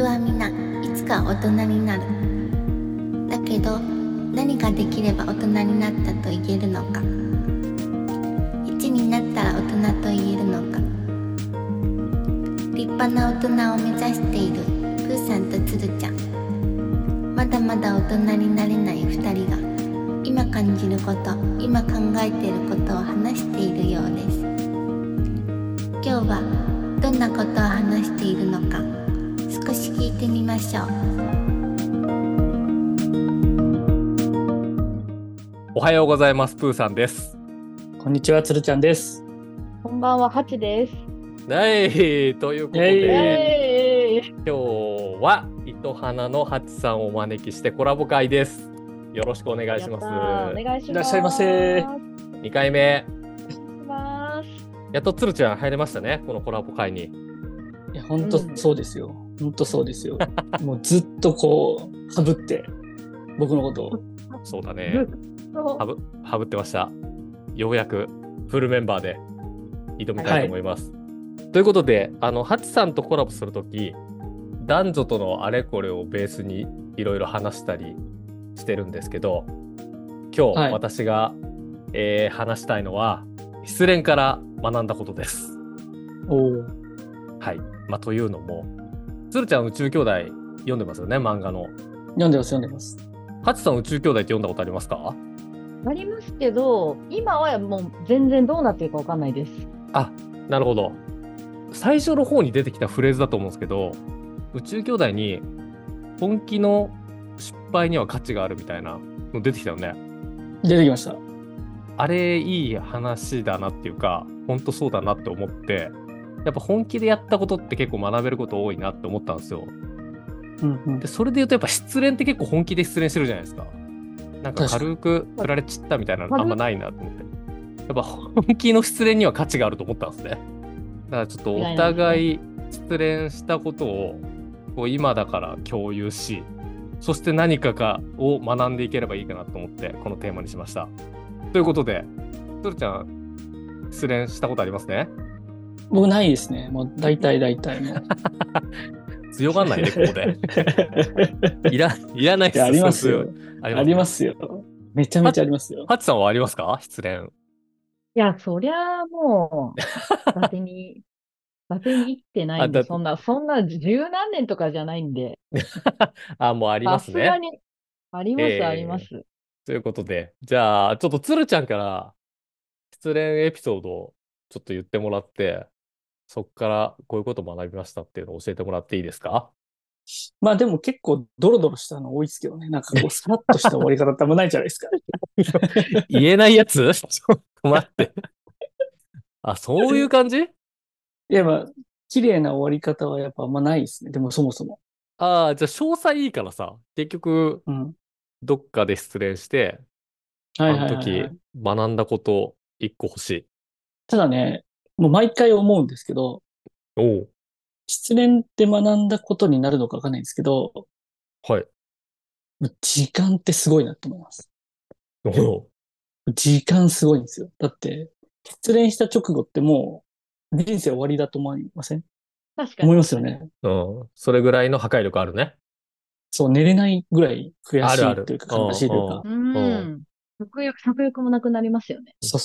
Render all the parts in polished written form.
は皆いつか大人になる。だけど何ができれば大人になったと言えるのか。1になったら大人と言えるのか。立派な大人を目指しているプーさんとつるちゃん。まだまだ大人になれない2人が今感じること、今考えていることを話しているようです。今日はどんなことを話しているのか少し聞いてみましょう。 おはようございます。プーさんです。 こんにちは、つるちゃんです。 こんばんは、はちです。 ということで、今日は糸花のはちさんをお招きしてコラボ会です。よろしくお願いします。 お願いします。 いらっしゃいませ。 2回目。やっとつるちゃん入れましたね、このコラボ会に。 いや、本当そうですよ。本当そうですよ。もうずっとこう、はぶって、僕のことを。 そうだね。はぶってました。ようやくフルメンバーで挑みたいと思います。ということで、はちさんとコラボするとき、男女とのあれこれをベースにいろいろ話したりしてるんですけど、今日私が、話したいのは、失恋から学んだことです。はい。というのも、つるちゃん宇宙兄弟読んでますよね、漫画の。 読んでます。 はちさん宇宙兄弟って読んだことありますか？ ありますけど、今はもう全然どうなってるかわかんないです。 あ、なるほど。最初の方に出てきたフレーズだと思うんですけど、宇宙兄弟に本気の失敗には価値があるみたいなの出てきたよね。 出てきました。 あれいい話だなっていうか、本当そうだなって思って、やっぱ本気でやったことって結構学べること多いなって思ったんですよ。でそれで言うとやっぱ失恋って結構本気で失恋してるじゃないですか。なんか軽く振られちったみたいなのあんまないなと思って。やっぱ本気の失恋には価値があると思ったんですね。だからちょっとお互い失恋したことをこう今だから共有し、そして何かを学んでいければいいかなと思ってこのテーマにしました。ということで、つるちゃん失恋したことありますね？ 僕ないですね。もう大体もう。 強がんないね、ここで。いらないっすよ。 ありますよ。ありますよ。めちゃめちゃありますよ。 はちさんはありますか？失恋。 いや、そりゃもう、伊達に生きてないんで、そんな十何年とかじゃないんで。 もうありますね。 さすがに、あります。 ということで、じゃあ、ちょっとつるちゃんから失恋エピソードをちょっと言ってもらって、そっからこういうことを学びましたっていうのを教えてもらっていいですか？ でも結構ドロドロしたの多いですけどね。なんかこう、さらっとした終わり方ってあんまないじゃないですか。 言えないやつ？ちょっと待って。そういう感じ？ いや、綺麗な終わり方はやっぱあんまないですね。でもそもそも。 じゃあ詳細いいからさ、結局、どっかで失恋して、あの時学んだこと一個欲しい。 ただね、もう毎回思うんですけど、失恋って学んだことになるのかわかんないんですけど、 はい。 時間ってすごいなと思います。時間すごいんですよ。だって、失恋した直後ってもう人生終わりだと思いません？ 確かに。 思いますよね。 それぐらいの破壊力あるね。 そう、寝れないぐらい悔しいというか悲しいというか。 食欲もなくなりますよね。 そう。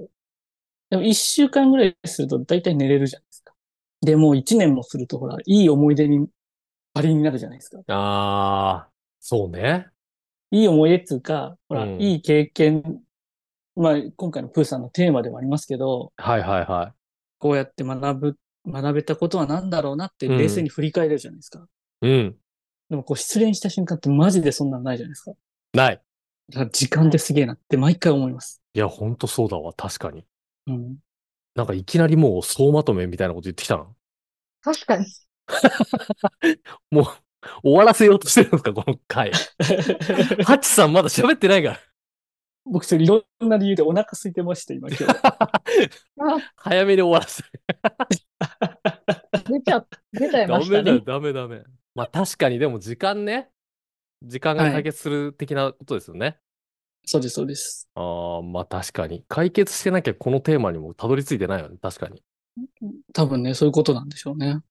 でも1週間ぐらいすると大体寝れるじゃないですか。で、もう1年もするとほら、いい思い出に、ありになるじゃないですか。 そうね。 いい思い出っていうか、ほら、いい経験、今回のプーさんのテーマでもありますけど、こうやって学べたことは何だろうなって冷静に振り返れるじゃないですか。でもこう失恋した瞬間ってマジでそんなのないじゃないですか。 ない。 だから時間ってすげえなって毎回思います。 いや、ほんとそうだわ、確かに。なんかいきなりもう総まとめみたいなこと言ってきたの。 確かに。 もう終わらせようとしてるんですか、この回。ハチさんまだ喋ってないから。 僕いろんな理由でお腹空いてまして、今日。 早めに終わらせる。 出ちゃいましたね。 ダメ。確かにでも時間が解決する的なことですよね。 そうです。 確かに。解決してなきゃこのテーマにもたどり着いてないよね。確かに。 多分ね、そういうことなんでしょうね。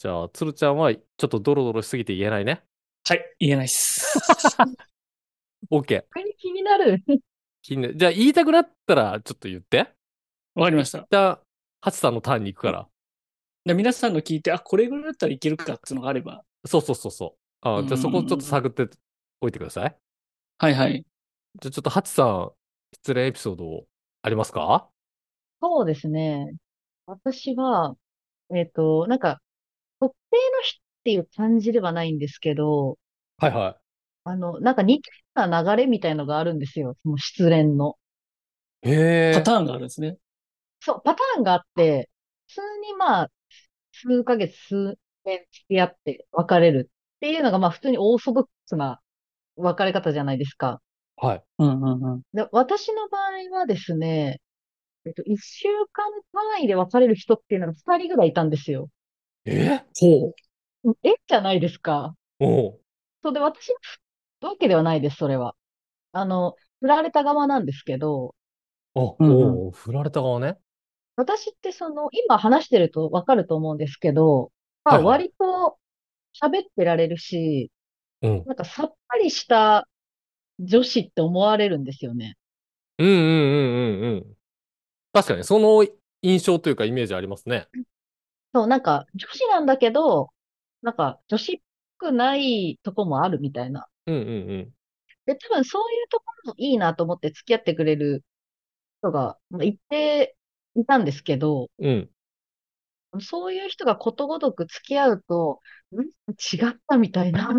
じゃあ、つるちゃんはちょっとドロドロしすぎて言えないね。 はい、言えないっす。 OK。 気になる。 じゃあ、言いたくなったら、ちょっと言って。 わかりました。 じゃあ、ハチさんのターンに行くから。 皆さんの聞いて、これぐらいだったらいけるかっていうのがあれば。 そうそうそうそう。じゃあそこをちょっと探っておいてください。 はいはい。 じゃあちょっとハチさん、失礼エピソードありますか？ そうですね。私は、なんか、特定の日っていう感じではないんですけど、 はいはなんか似た流れみたいのがあるんですよ。その失恋の。 い。へえ。 パターンがあるんですね。 そう、パターンがあって、普通にまあ、数ヶ月、数年付き合って別れるっていうのがまあ普通にオーソドックスな別れ方じゃないですか。 はい。 うんうんうん。 で、私の場合はですね、一週間単位で別れる人っていうのが二人ぐらいいたんですよ。 えほじゃないですか。 おう。 そうで、私のわけではないです、それは。振られた側なんですけど、 う。うんうん。 おう、振られた側ね。 私って今話してるとわかると思うんですけど、まあはいは割と喋ってられるし、 い。うん。 なんかさっぱりした女子って思われるんですよね。 うんうんうんうんうん。確かに、その印象というかイメージありますね。 そう、なんか女子なんだけど、なんか女子っぽくないとこもあるみたいな。 うんうんうん。 で、多分そういうところもいいなと思って付き合ってくれる人がまあ一定いたんですけど、 うん。 そういう人がことごとく付き合うと、違ったみたいな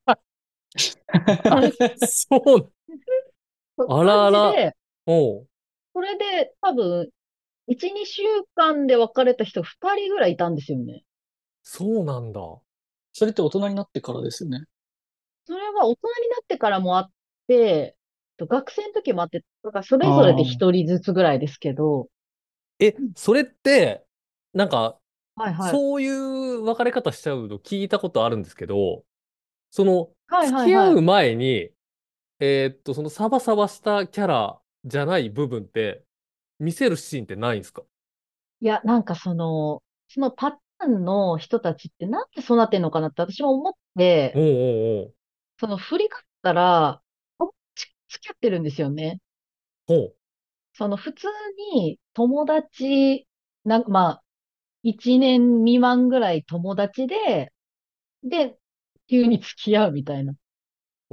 そう。あらあら。 感じで、 おう。 それで多分、1、2週間で別れた人2人ぐらいいたんですよね。 そうなんだ。 それって大人になってからですよね。 それは大人になってからもあって、学生の時もあって、だからそれぞれであ 1人ずつぐらいですけど、 それって、なんか、 はいはい。 そういう別れ方しちゃうの聞いたことあるんですけど、その、 はい付はいはい。 き合う前に、そのサバサバしたキャラじゃない部分って、見せるシーンってないんですか？ いや、なんかそのパターンの人たちってなんでそうなってんのかなって私も思って、 おうおうおう。 振り返ったら、付き合ってるんですよね。 ほ普通に友達、まあ、一年未満ぐらい友達で、急に付き合うみたいなう。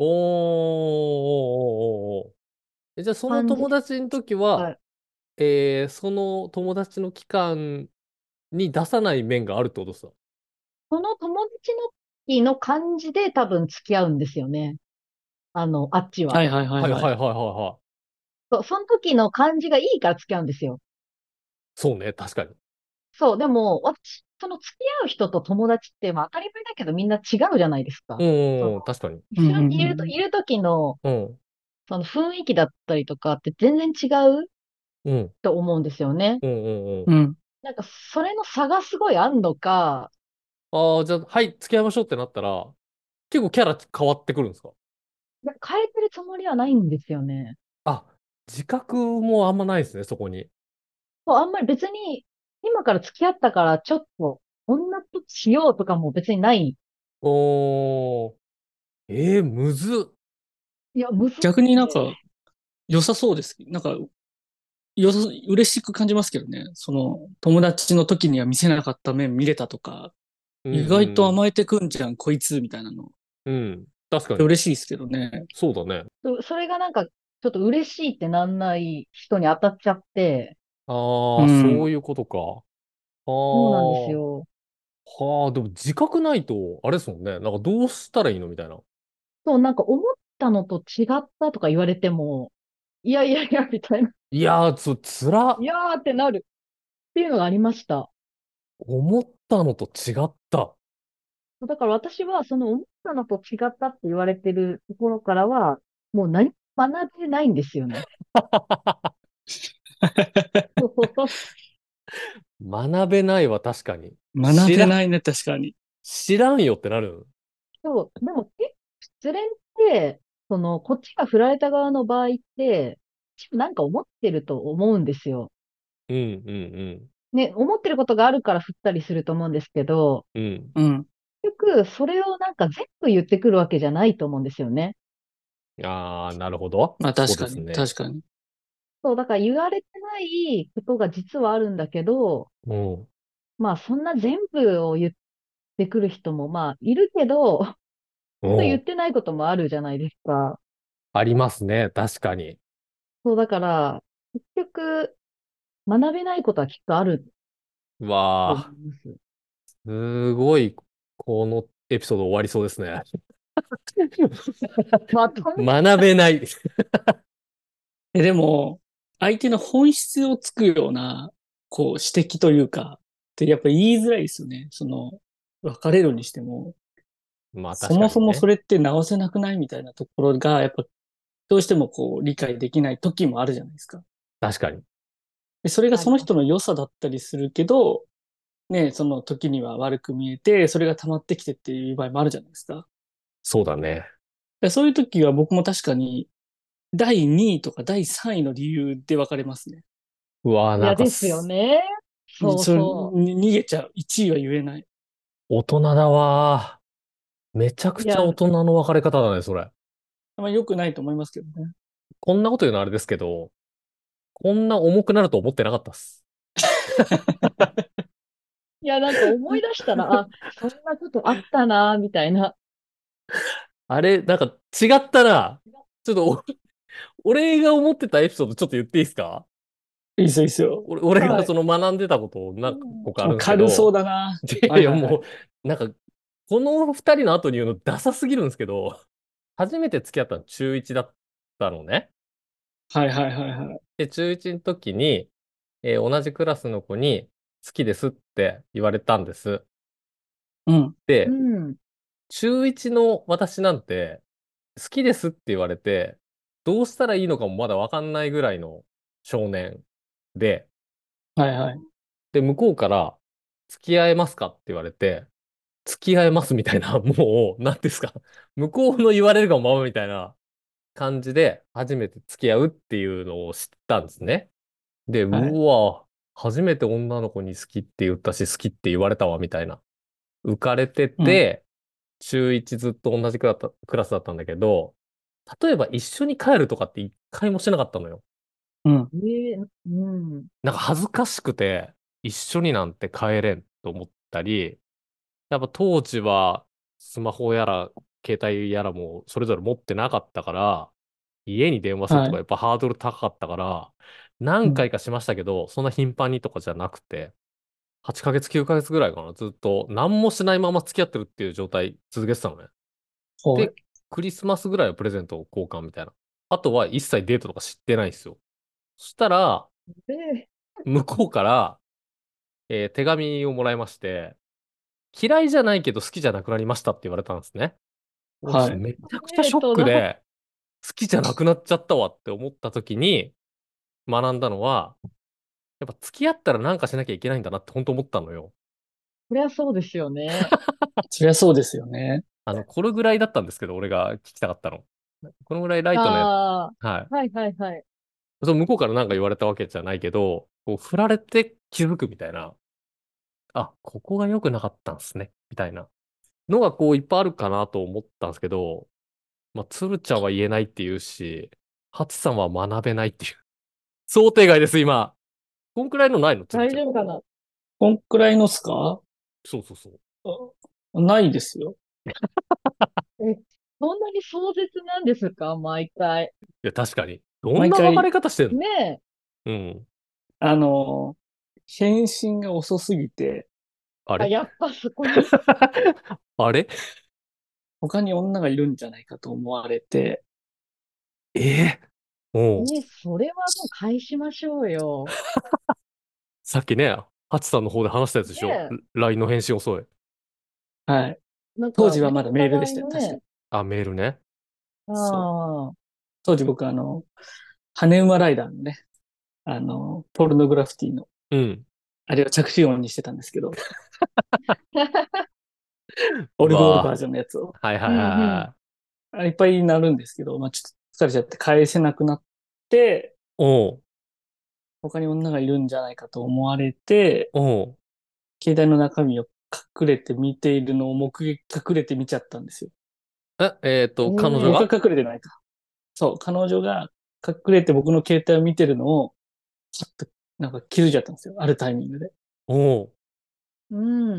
おーおーおーおーおー。じゃあ、その感じ。 友達の時は、 はい。 その友達の期間に出さない面があるってことですか？ その友達の時の感じで多分付き合うんですよね。あっちあ。はは。 いはいはいはい。 はいはいはいはいはい。 その時の感じがいいから付き合うんですよ。 そうね、確かに。 そう、でも、私、その付き合う人と友達って、まあ当たり前だけどみんな違うじゃないですか。 うんその、 うんうん、確かに。 うんうん一緒にうんいる時の、 うん。 その雰囲気だったりとかって全然違ううん。 と思うんですよね。 うんうんうん。 うん。うん。 なんか、それの差がすごいあんのか、 ああ、じゃあ、はい、付き合いましょうってなったら、結構キャラ変わってくるんですか？ いや変えてるつもりはないんですよね。 あ、自覚もあんまないですね、そこに。 そうあんまり別に、今から付き合ったからちょっと、女としようとかも別にない。 おー、むずっ。 いや、むずく逆になんかて。 良さそうです。なんか、嬉しく感じますけどね。その、友達の時には見せなかった面見れたとか、 うん意外とうん。 甘えてくんじゃん、こいつ、みたいなの。 うん。確かに。 嬉しいですけどね。 そうだね。 それがなんか、ちょっと嬉しいってなんない人に当たっちゃって、 ああ、そうん。 ういうことか。あそうなんですあ。 よ。 はあ、でも自覚ないと、あれですもんね。なんかどうしたらいいのみたいな。 そう、なんか思ったのと違ったとか言われても、いやいやいや、みたいな。 いやー、つら。 いやーってなるっていうのがありました。 思ったのと違った。 だから私は、その思ったのと違ったって言われてるところからは、もう何も学べないんですよね。そうそうそう。 学べないわ、確かに。 学べないね、確かに。 知らんよってなる。 そうでも、失恋って、こっちが振られた側の場合って、なんか思ってると思うんですよ。 うんうんうん。 ね、思ってることがあるから振ったりすると思うんですけど、 うん。 うん。 結局、それをなんか全部言ってくるわけじゃないと思うんですよね。 ああ、なるほど。 まあそう確かに、 ですね。 確かに。 そう、だから言われてないことが実はあるんだけど、 うん。 まあそんな全部を言ってくる人もまあいるけど、 うん。 言ってないこともあるじゃないですか。 ありますね。確かに。 そうだから、結局学べないことはきっとあるうと思わあ、 います。 すごい、このエピソード終わりそうですね。 まあ、とん学べない。 でも、相手の本質をつくような、指摘というか、ってやっぱ言いづらいですよね。別れるにしても、 まあそもそもそ確かにね。 れって直せなくないみたいなところが、やっぱどうしても理解できない時もあるじゃないですか。 確かに。 で、それがあります。 その人の良さだったりするけど、ね、その時には悪く見えて、それが溜まってきてっていう場合もあるじゃないですか。 そうだね。 でそういう時は僕も確かに第2位とか第3位の理由で分かれますね。 うわあ、 いやですよね。そうそ逃げちゃう。1位は言えない。 大人だわー。めちゃう。 くちゃ大いや、 人の別れ方だね、それ。 あんま良くないと思いますけどね。 こんなこと言うのあれですけど、こんな重くなると思ってなかったっす。 いやなんか思い出したら、あ、そんなことあったな、みたいな。 あれ、なんか違ったな。ちょっと俺が思ってたエピソードちょっと言っていいですか？ いいですよ、いいですよ。 俺がはい。 その学んでたこと何個かあるんですけ軽そうど、 だな。 いやいやもはいはいはい。 う、なんか、この二人の後に言うのダサすぎるんですけど、初めて付き合ったの中1だったのね。 はいはいはいはい。 で、中1の時に、同じクラスの子に好きですって言われたんです。 うん。 うで、 ん。 中1の私なんて、好きですって言われて、どうしたらいいのかもまだわかんないぐらいの少年で、 はいはい。 で、向こうから付き合えますかって言われて、付き合えますみたいな、もう、何ですか。向こうの言われるがままみたいな感じで、初めて付き合うっていうのを知ったんですね。で、 はい。 うわ、初めて女の子に好きって言ったし、好きって言われたわ、みたいな。浮かれてうん。 て、中1ずっと同じクラスだったんだけど、例えば一緒に帰るとかって一回もしてなかったのよ。 うん。 うん。 なんか恥ずかしくて、一緒になんて帰れんと思ったり、やっぱ当時はスマホやら携帯やらもそれぞれ持ってなかったから、家に電話するとはい。 かやっぱハードル高かったから、何うん。 回かしましたけど、そんな頻繁にとかじゃなくて、8ヶ月9ヶ月ぐらいかな、ずっと何もしないまま付き合ってるっていう状態続けてたのね。で、 はい。 クリスマスぐらいはプレゼント交換みたいな。あとは一切デートとか知ってないんですよ。そしたら、 で、 向こうから、手紙をもらいまして、嫌いじゃないけど好きじゃなくなりましたって言われたんですね。おはい。 めちゃくちゃショックだ。 で、好きじゃなくなっちゃったわって思った時に学んだのは、やっぱ付き合ったらなんかしなきゃいけないんだなって本当思ったのよ。 そりゃそうですよね。 そりゃそうですよね。 これぐらいだったんですけど、俺が聞きたかったの。このぐらいライトなやつ。 ああ、 はい。 はいはいはい。 そう、向こうからなんか言われたわけじゃないけど、こう、振られて気づくみたいな。あ、ここが良くなかったんですね。みたいなのがこういっぱいあるかなと思ったんですけど、まあ、つるちゃんは言えないって言うし、ハチさんは学べないっていう。想定外です、今。こんくらいのないのつる大ちゃん。 丈夫かな？ こんくらいのっすか？ そうそうそう。 ないですよ。 え、そんなに壮絶なんですか毎回。 いや、確かに。どんな別れ毎回、 方してんの？ ねうん。 あの、返信が遅すぎて、 え。あ、 あれ？ やっぱそこに。 あれ？ 他に女がいるんじゃないかと思われて、 えうん。 それはもう返しましょうよ。 さっきね、ハチさんの方で話したやつでしょ？ ね LINE の返信遅い。 はい。 え。なんかね、 当時はまだおメールでしたよ、 互いのね、 確かに。 あ、メールね。 そう。 ああ、 当時僕羽馬ライダーのね、ポルノグラフィティの、 うん。 あれを着信音にしてたんですけど、オうルゴールバーわジョンのやつを。 ー。はいはいはいうんうん。 はい。 あれいっぱいになるんですけど、まあちょっと疲れちゃって返せなくなって、 おう。 他に女がいるんじゃないかと思われて、 おう。 携帯の中身を隠れて見ているのを隠れて見ちゃったんですよ。 彼女が僕は隠れてないか。そう、彼女が隠れて僕の携帯を見てるのを、ちょっとなんか気づいちゃったんですよ。あるタイミングで。 おう。 うん。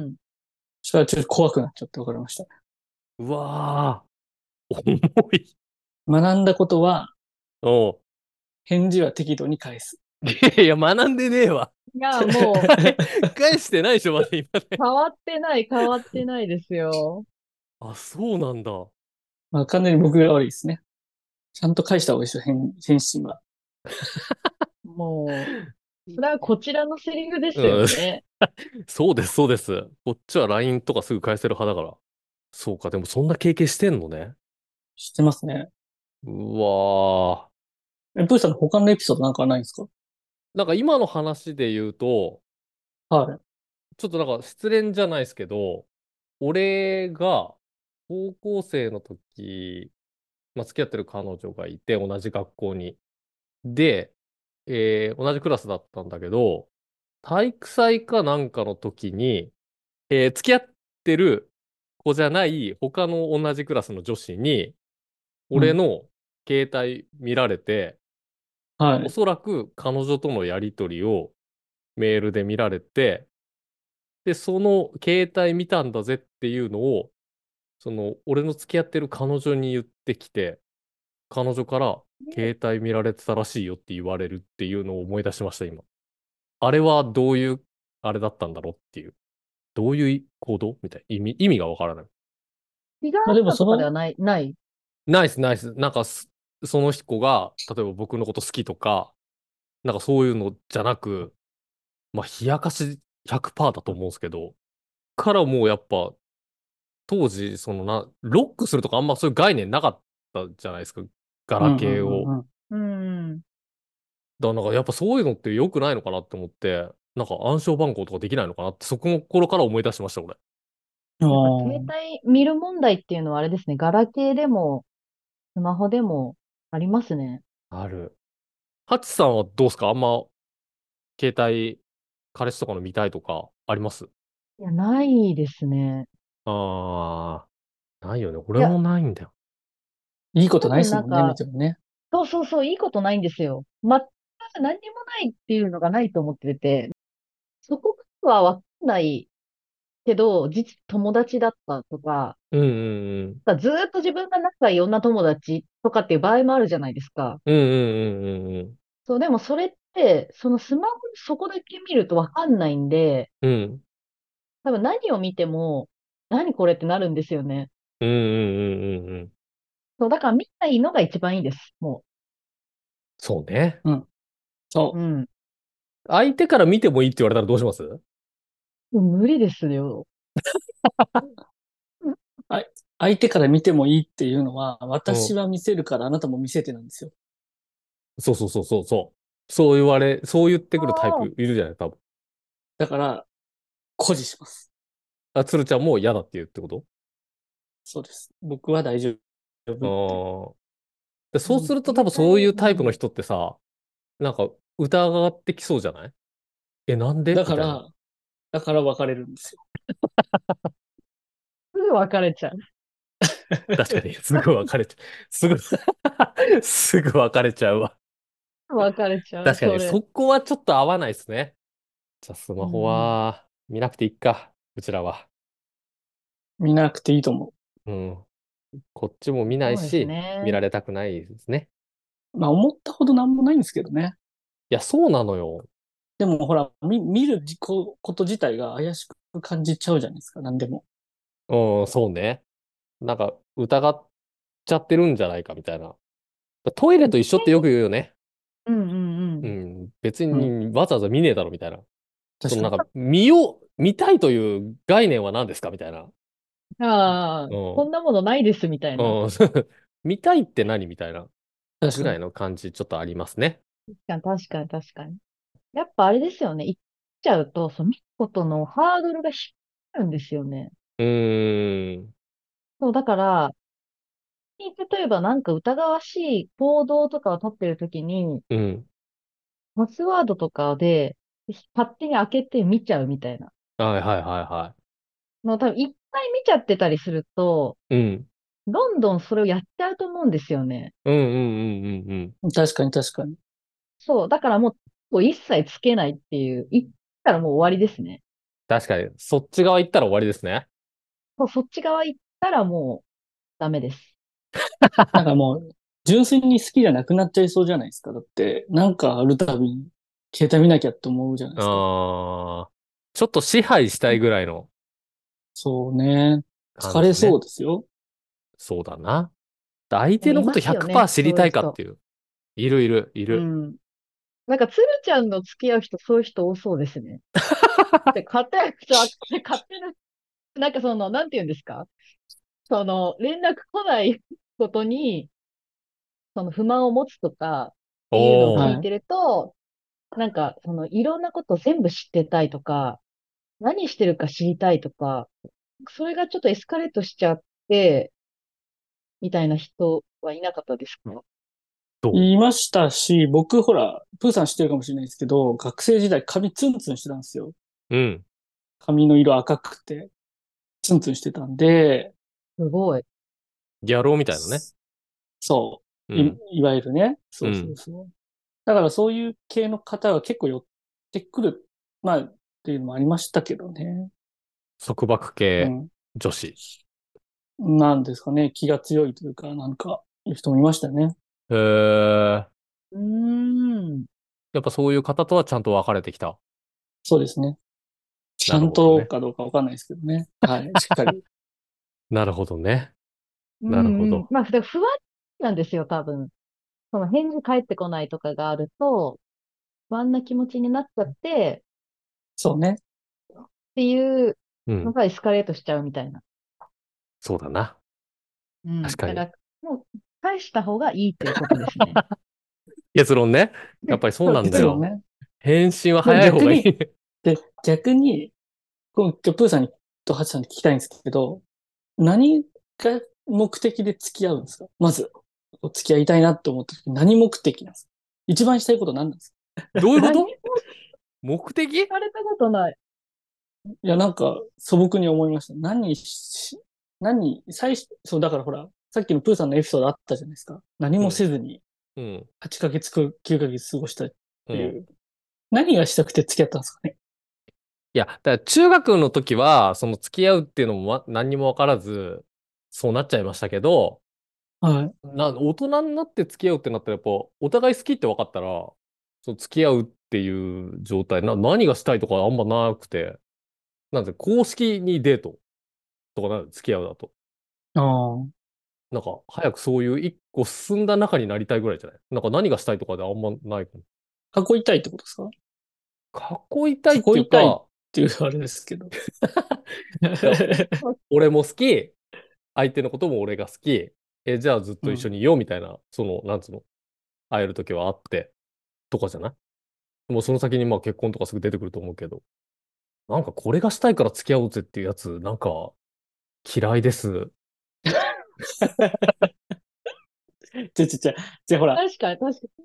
そしたらちょっと怖くなっちゃって分かりました。 うわー。重い。 学んだことは、 おう。 返事は適度に返す。 いや、学んでねえわ。 いや、もう、 返してないでしょ、まだ今ね。 変わってないですよ。 あ、そうなんだ。 まあ、完全に僕が悪いですね。ちゃんと返した方がいいですよ、返信は。 もう、それはこちらのセリフですうん。 よね。 そうです、そうです。こっちは LINE とかすぐ返せる派だから。そうか、でもそんな経験してんのね。 知ってますね。 うわプーさんの他のエピソードなんかないんですか？ ー。なんか今の話で言うと、 はい。 ちょっとなんか失恋じゃないですけど、俺が高校生の時、まあ、付き合ってる彼女がいて、同じ学校に。で、同じクラスだったんだけど、体育祭かなんかの時に、付き合ってる子じゃない他の同じクラスの女子に、 うん。 俺の携帯見られて、 はい。 おそらく彼女とのやりとりをメールで見られて、で、その携帯見たんだぜっていうのを、俺の付き合ってる彼女に言ってきて、彼女から携帯見られてたらしいよって言われるっていうのを思い出しました、今。あれはどういう、あれだったんだろうっていう。どういう行動みたいな。意味がわからない。 まあ気があったでもその、 とかではない、ない。 ナイス、ナイス。なんかその子が、例えば僕のこと好きとか、なんかそういうのじゃなく、まあ、冷やかし100%だと思うんですけど、からもうやっぱ、当時、ロックするとかあんまそういう概念なかったじゃないですか。ガラうんうケーを。 んうんうん。 うん。 だからなんかやっぱそういうのって良くないのかなって思って、なんか暗証番号とかできないのかなって、そこの頃から思い出しました、俺。 あやっぱ携あ。 帯見る問題っていうのはあれですね。ガラケーでも、スマホでもありますね。 ある。ハチさんはどうですか？あんま、携帯、彼氏とかの見たいとかあります？ いや、ないですね。 あー、ないよね。俺もいや、 ないんだよ。 いいこと多ないですもんね、見分なんか、 てもね。 そうそうそう、いいことないんですよ。全く何にもないっていうのがないと思ってて、そこはわかんないけど、実は友達だったとか、 うんうんずーっと自分が仲いい女友達とかっていう場合もあるじゃないですか。 うん。うんうんうんうんうん。 そう、でもそれって、そのスマホにそこだけ見るとわかんないんで、 うん。 多分何を見ても、何これってなるんですよね。 うんうんうんうんうん。 そう、だから見ないのが一番いいです。もそうね。 うん。 う。うそん。 相手から見てもいいって言われたらどうします？ 無理ですよ。 う。相手から見てもいいっていうのは、 うん。 私は見せるからあなたも見せてなんですよ。 そうそうそうそうそう。そう言ってくるタイプああ、 いるじゃない、多分。 だから、誇示します。 あ、鶴ちゃんも嫌だって言うってこと？ そうです。僕は大丈あ夫って。 ー。で、 うん、 そうすると多分そうい携帯、 うタイプのうん。 人ってさ、なんか疑ってきそうじゃない？なんでみたいな。 だから、だから別れるんですよ。 すぐ別れちゃう。 確かに、すぐ別れちゃう。すぐすぐ別れちゃうわ。 別れちゃう、 確かに、 それ。 そこはちょっと合わないですね。じゃあ、スマホうんうん。 は見なくていいか。うちらは。 見なくていいと思うん。こっちも見ないそうですし、見らね。 れたくないですね。 う。まあ、思ったほどなんもないんですけどね。 いや、そうなのよ。 でもほら、見ること自体が怪しく感じちゃうじゃないですか、なんでも。 うん、そうね。なんか、疑っちゃってるんじゃないかみたいな。トイレと一緒ってよく言うよね。 うんうんうん。 うん。別うん。 にわざわざ見ねえだろみたいな。 確かに。 なんか、見たいという概念は何ですかみたいな。 ああ、 うん。 こんなものないですみたいな。 うん。見たいって何みたいな確かに。 ぐらいの感じちょっとありますね。 確かに確かに。やっぱあれですよね。行っちゃうと、見ることのハードルが低いんですよね。 うーん。 そう、だから、例えばなんか疑わしい行動とかを取ってるときに、 うん。 パスワードとかで、勝手に開けて見ちゃうみたいな。 はいはいはいはもう多分いっぱい見ちゃってたりすると、 い。うん。 どんどんそれをやっちゃうと思うんですよね。 うんうんうんうんうん。 確かに確かに。 そう。だからもう一切つけないっていう、言ったらもう終わりですね。 確かに、そっち側行ったら終わりですね。 そっち側行ったらもうダメです。 なんかもう、純粋に好きじゃなくなっちゃいそうじゃないですか。だって、なんかあるたびに、携帯見なきゃって思うじゃないですか。 ああ、ちょっと支配したいぐらいのそうね。疲れそ感じね。 うですよ。 そうだな。相でもい手のことますよね、 100%知りたそういう人。 いかっていう。いるいる、いる。 うん。なんか、つるちゃんの付き合う人、そういう人多そうですね。で、勝手な、なんかなんて言うんですか？連絡来ないことに、不満を持つとかっていうのを聞おー。 はい。 いてると、なんか、いろんなことを全部知ってたいとか、何してるか知りたいとか、それがちょっとエスカレートしちゃって、みたいな人はいなかったですか？ どう？ 言いましたし、僕ほら、プーさん知ってるかもしれないですけど、学生時代髪ツンツンしてたんですよ。 うん。 髪の色赤くて、ツンツンしてたんで、 すごい。 ギャローみたいなね。 そう。い、 うん。 いわゆるね。そうそううん。 そう。だからそういう系の方は結構寄ってくる、まあ、っていうのもありましたけどね。 束縛系うん。 女子。 なんですかね。気が強いというか、なんか、いう人もいましたよね。 へえ。 うーん。 やっぱそういう方とはちゃんと別れてきた。 そうですね。ちなゃんるほどね。 とかどうかわかんないですけどね。はい。しっかり。 なるほどね。 うんうん。 なるほど。 まあ、だから不安なんですよ、多分。その返事返ってこないとかがあると、不安な気持ちになっちゃって、 そうね。 っていううん。 のがエスカレートしちゃうみたいな。 そうだな。 うん。 確かに。 だから、もう、返した方がいいということですね。 結論ね。やっで、 ぱりそうそうなんだよ。 結論ね。 返信はでも早い方がいい。 逆に、逆に、今日プーさんとハチさんに聞きたいんですけど、何が目的で付き合うんですか？まず、付き合いたいなって思った時何目的なんですか？一番したいこと何なんですか？ 何もどういうこと？目的？ されたことない。 いや、なんか素朴に思いました。そう、だからほら、さっきのプーさんのエピソードあったじゃないですか。何もうん。 せずにうん。 8ヶ月く、9ヶ月過ごしたっうん。 ていう。何がしたくて付き合ったんですかね？ いや、だから中学の時は、その付き合うっていうのも何にもわからず、そうなっちゃいましたけど、 はい。 大人になって付き合うってなったら、やっぱ、お互い好きって分かったら、そう付き合うっていう状態、何がしたいとかあんまなくて、なんで、公式にデートとか付き合うだと。 ああ。 なんか、早くそういう一個進んだ仲になりたいぐらいじゃない？なんか何がしたいとかであんまないか囲いたいってことですか？ な。囲いたいってい囲いたいっうか、 ていうあれですけど。 いや俺も好き、相手のことも俺が好き、じゃあずっと一緒うん。 にいようみたいな、なんつうの、会える時はあって、とかじゃない？もうその先にまあ結婚とかすぐ出てくると思うけど、なんかこれがしたいから付き合おうぜっていうやつ、なんか嫌いです。 ほら、 確かに、確か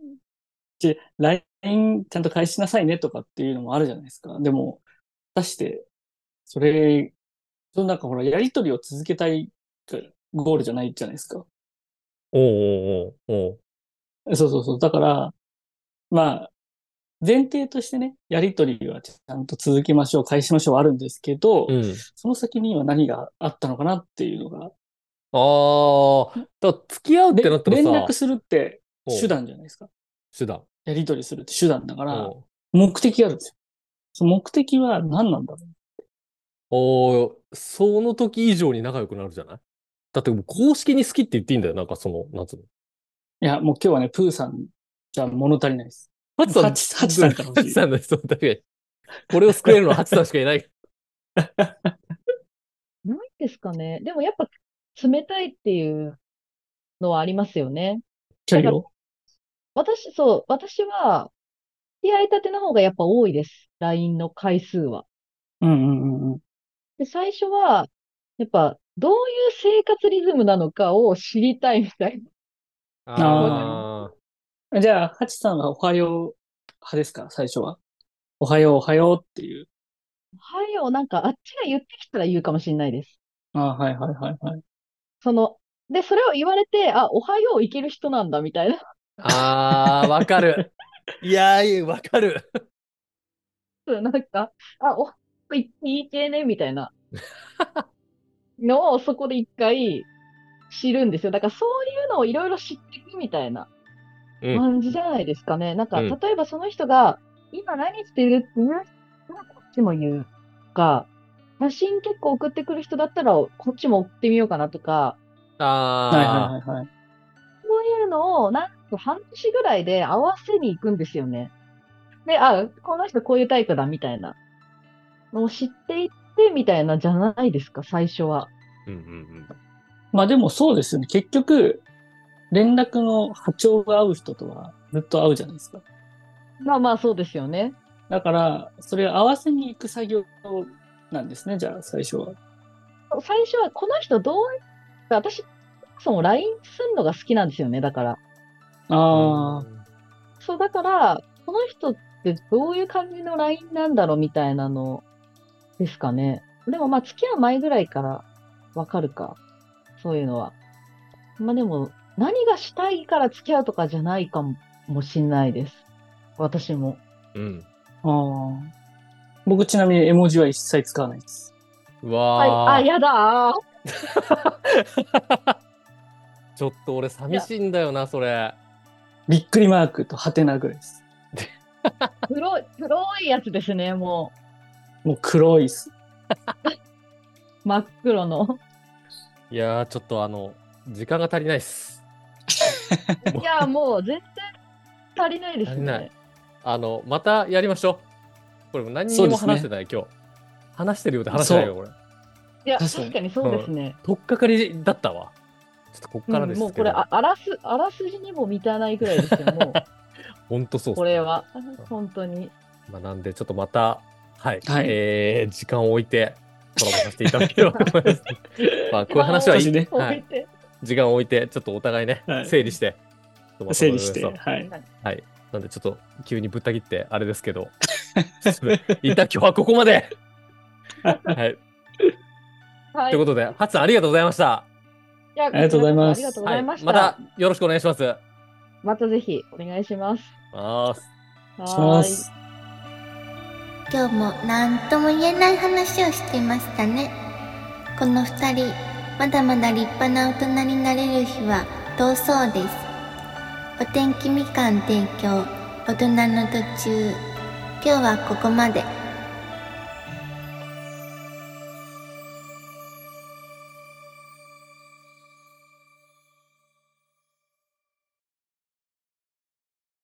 LINE ちゃんと返しなさいねとかっていうのもあるじゃないですか。でも、果たして、それ、なんかほら、やりとりを続けたいがゴールじゃないじゃないですか。 おうおうおうおう。 そうそうそう。だから、まあ、前提としてね、やりとりはちゃんと続けましょう、返しましょうあるんですけど、 うん。 その先には何があったのかなっていうのが、 ああ、だから付き合うってなったら連絡さ、 するって手おう、 段じゃないですか。 手段。 やりとりするって手段だから、 おう、 目的があるんですよ。その目的は何なんだろおう、その時以上に仲良くなるじゃない？だってもう公式に好きって言っていいんだよ。なんかなんつうの。 う。いや、もう今日はね、プーさんじゃ物足りないです。 ハチさん、 ハチさんから欲しい。 ハチさんの人、確かに。これを救えるのはハチさんしかいない。 に。ないですかね。でもやっぱ、冷たいっていうのはありますよね。だから、 距離を。 私は、付き合いたての方がやっぱ多いです。LINE の回数は。 うんうんうんうん。 で、最初は、やっぱ、どういう生活リズムなのかを知りたいみたいな。わあああ、 あ。じゃあ、ハチさんはおはよう派ですか、最初は。おはよう、おはようっていう。 おはよう、なんかあっちが言ってきたら言うかもしれないです。 はいはいはいはい。 で、それを言われて、おはよういける人なんだ、みたいな。 わかる。いやー、わかる。 なんか、いけね、みたいなのをそこで一回知るんですよ。だからそういうのをいろいろ知っていくみたいな感じじゃないですかね。なんか、例えばその人が、今何してるって言う人はこっちも言うか、写真結構送ってくる人だったら、こっちも送ってみようかなとか、 はいはいはいはい。 そういうのを、なんか半年ぐらいで合わせに行くんですよね。で、この人こういうタイプだみたいなのを知っていってみたいなじゃないですか、最初は。 まあでもそうですよね。結局、連絡の波長が合う人とはずっと会うじゃないですか。 まあまあそうですよね。 だから、それを合わせに行く作業なんですね、じゃあ最初は。 最初はこの人私、そも LINE するのが好きなんですよね、だから。 ああ。 そう、だから、この人ってどういう感じの LINE なんだろうみたいなのですかね。でもまあ付き合う前ぐらいからわかるか。そういうのは。まあでも、何がしたいから付き合うとかじゃないかもしんないです。私も。 ああ。僕ちなみに絵文字は一切使わないです。 わやだちょっと俺寂しいんだよな、それ。 びっくりマークとハテナぐらいです。 黒いやつですね、もう。もう黒いっす。 真っ黒の。 いやー、ちょっと時間が足りないっす。 いや、もう全然足りないですね。 またやりましょう。これも何にも話してない、今日。話してるようで話してないよ、これ。 いや、確かにそうですね。 とっかかりだったわ。ちょっとこっからですけど。 もうこれ、あらすじにも満たないくらいですよ、もう。 本当そうっすね。 これは、本当に。 まあ、なんで、ちょっとまた、はい。時間を置いて、コラボさせていただければと思います。まあ、こういう話はいいね。はい。時間を置いて、ちょっとお互いね、整理して。 整理して、はい。 はい。なんで、ちょっと、急にぶった切って、あれですけど。一旦今日はここまで。はい。ということで、ハツさんありがとうございました。 ありがとうございます。 ありがとうございました。 またよろしくお願いします。 またぜひお願いします。 はい。 今日も何とも言えない話をしていましたね。この2人、まだまだ立派な大人になれる日は遠そうです。お天気みかん提供、大人の途中。今日はここまで。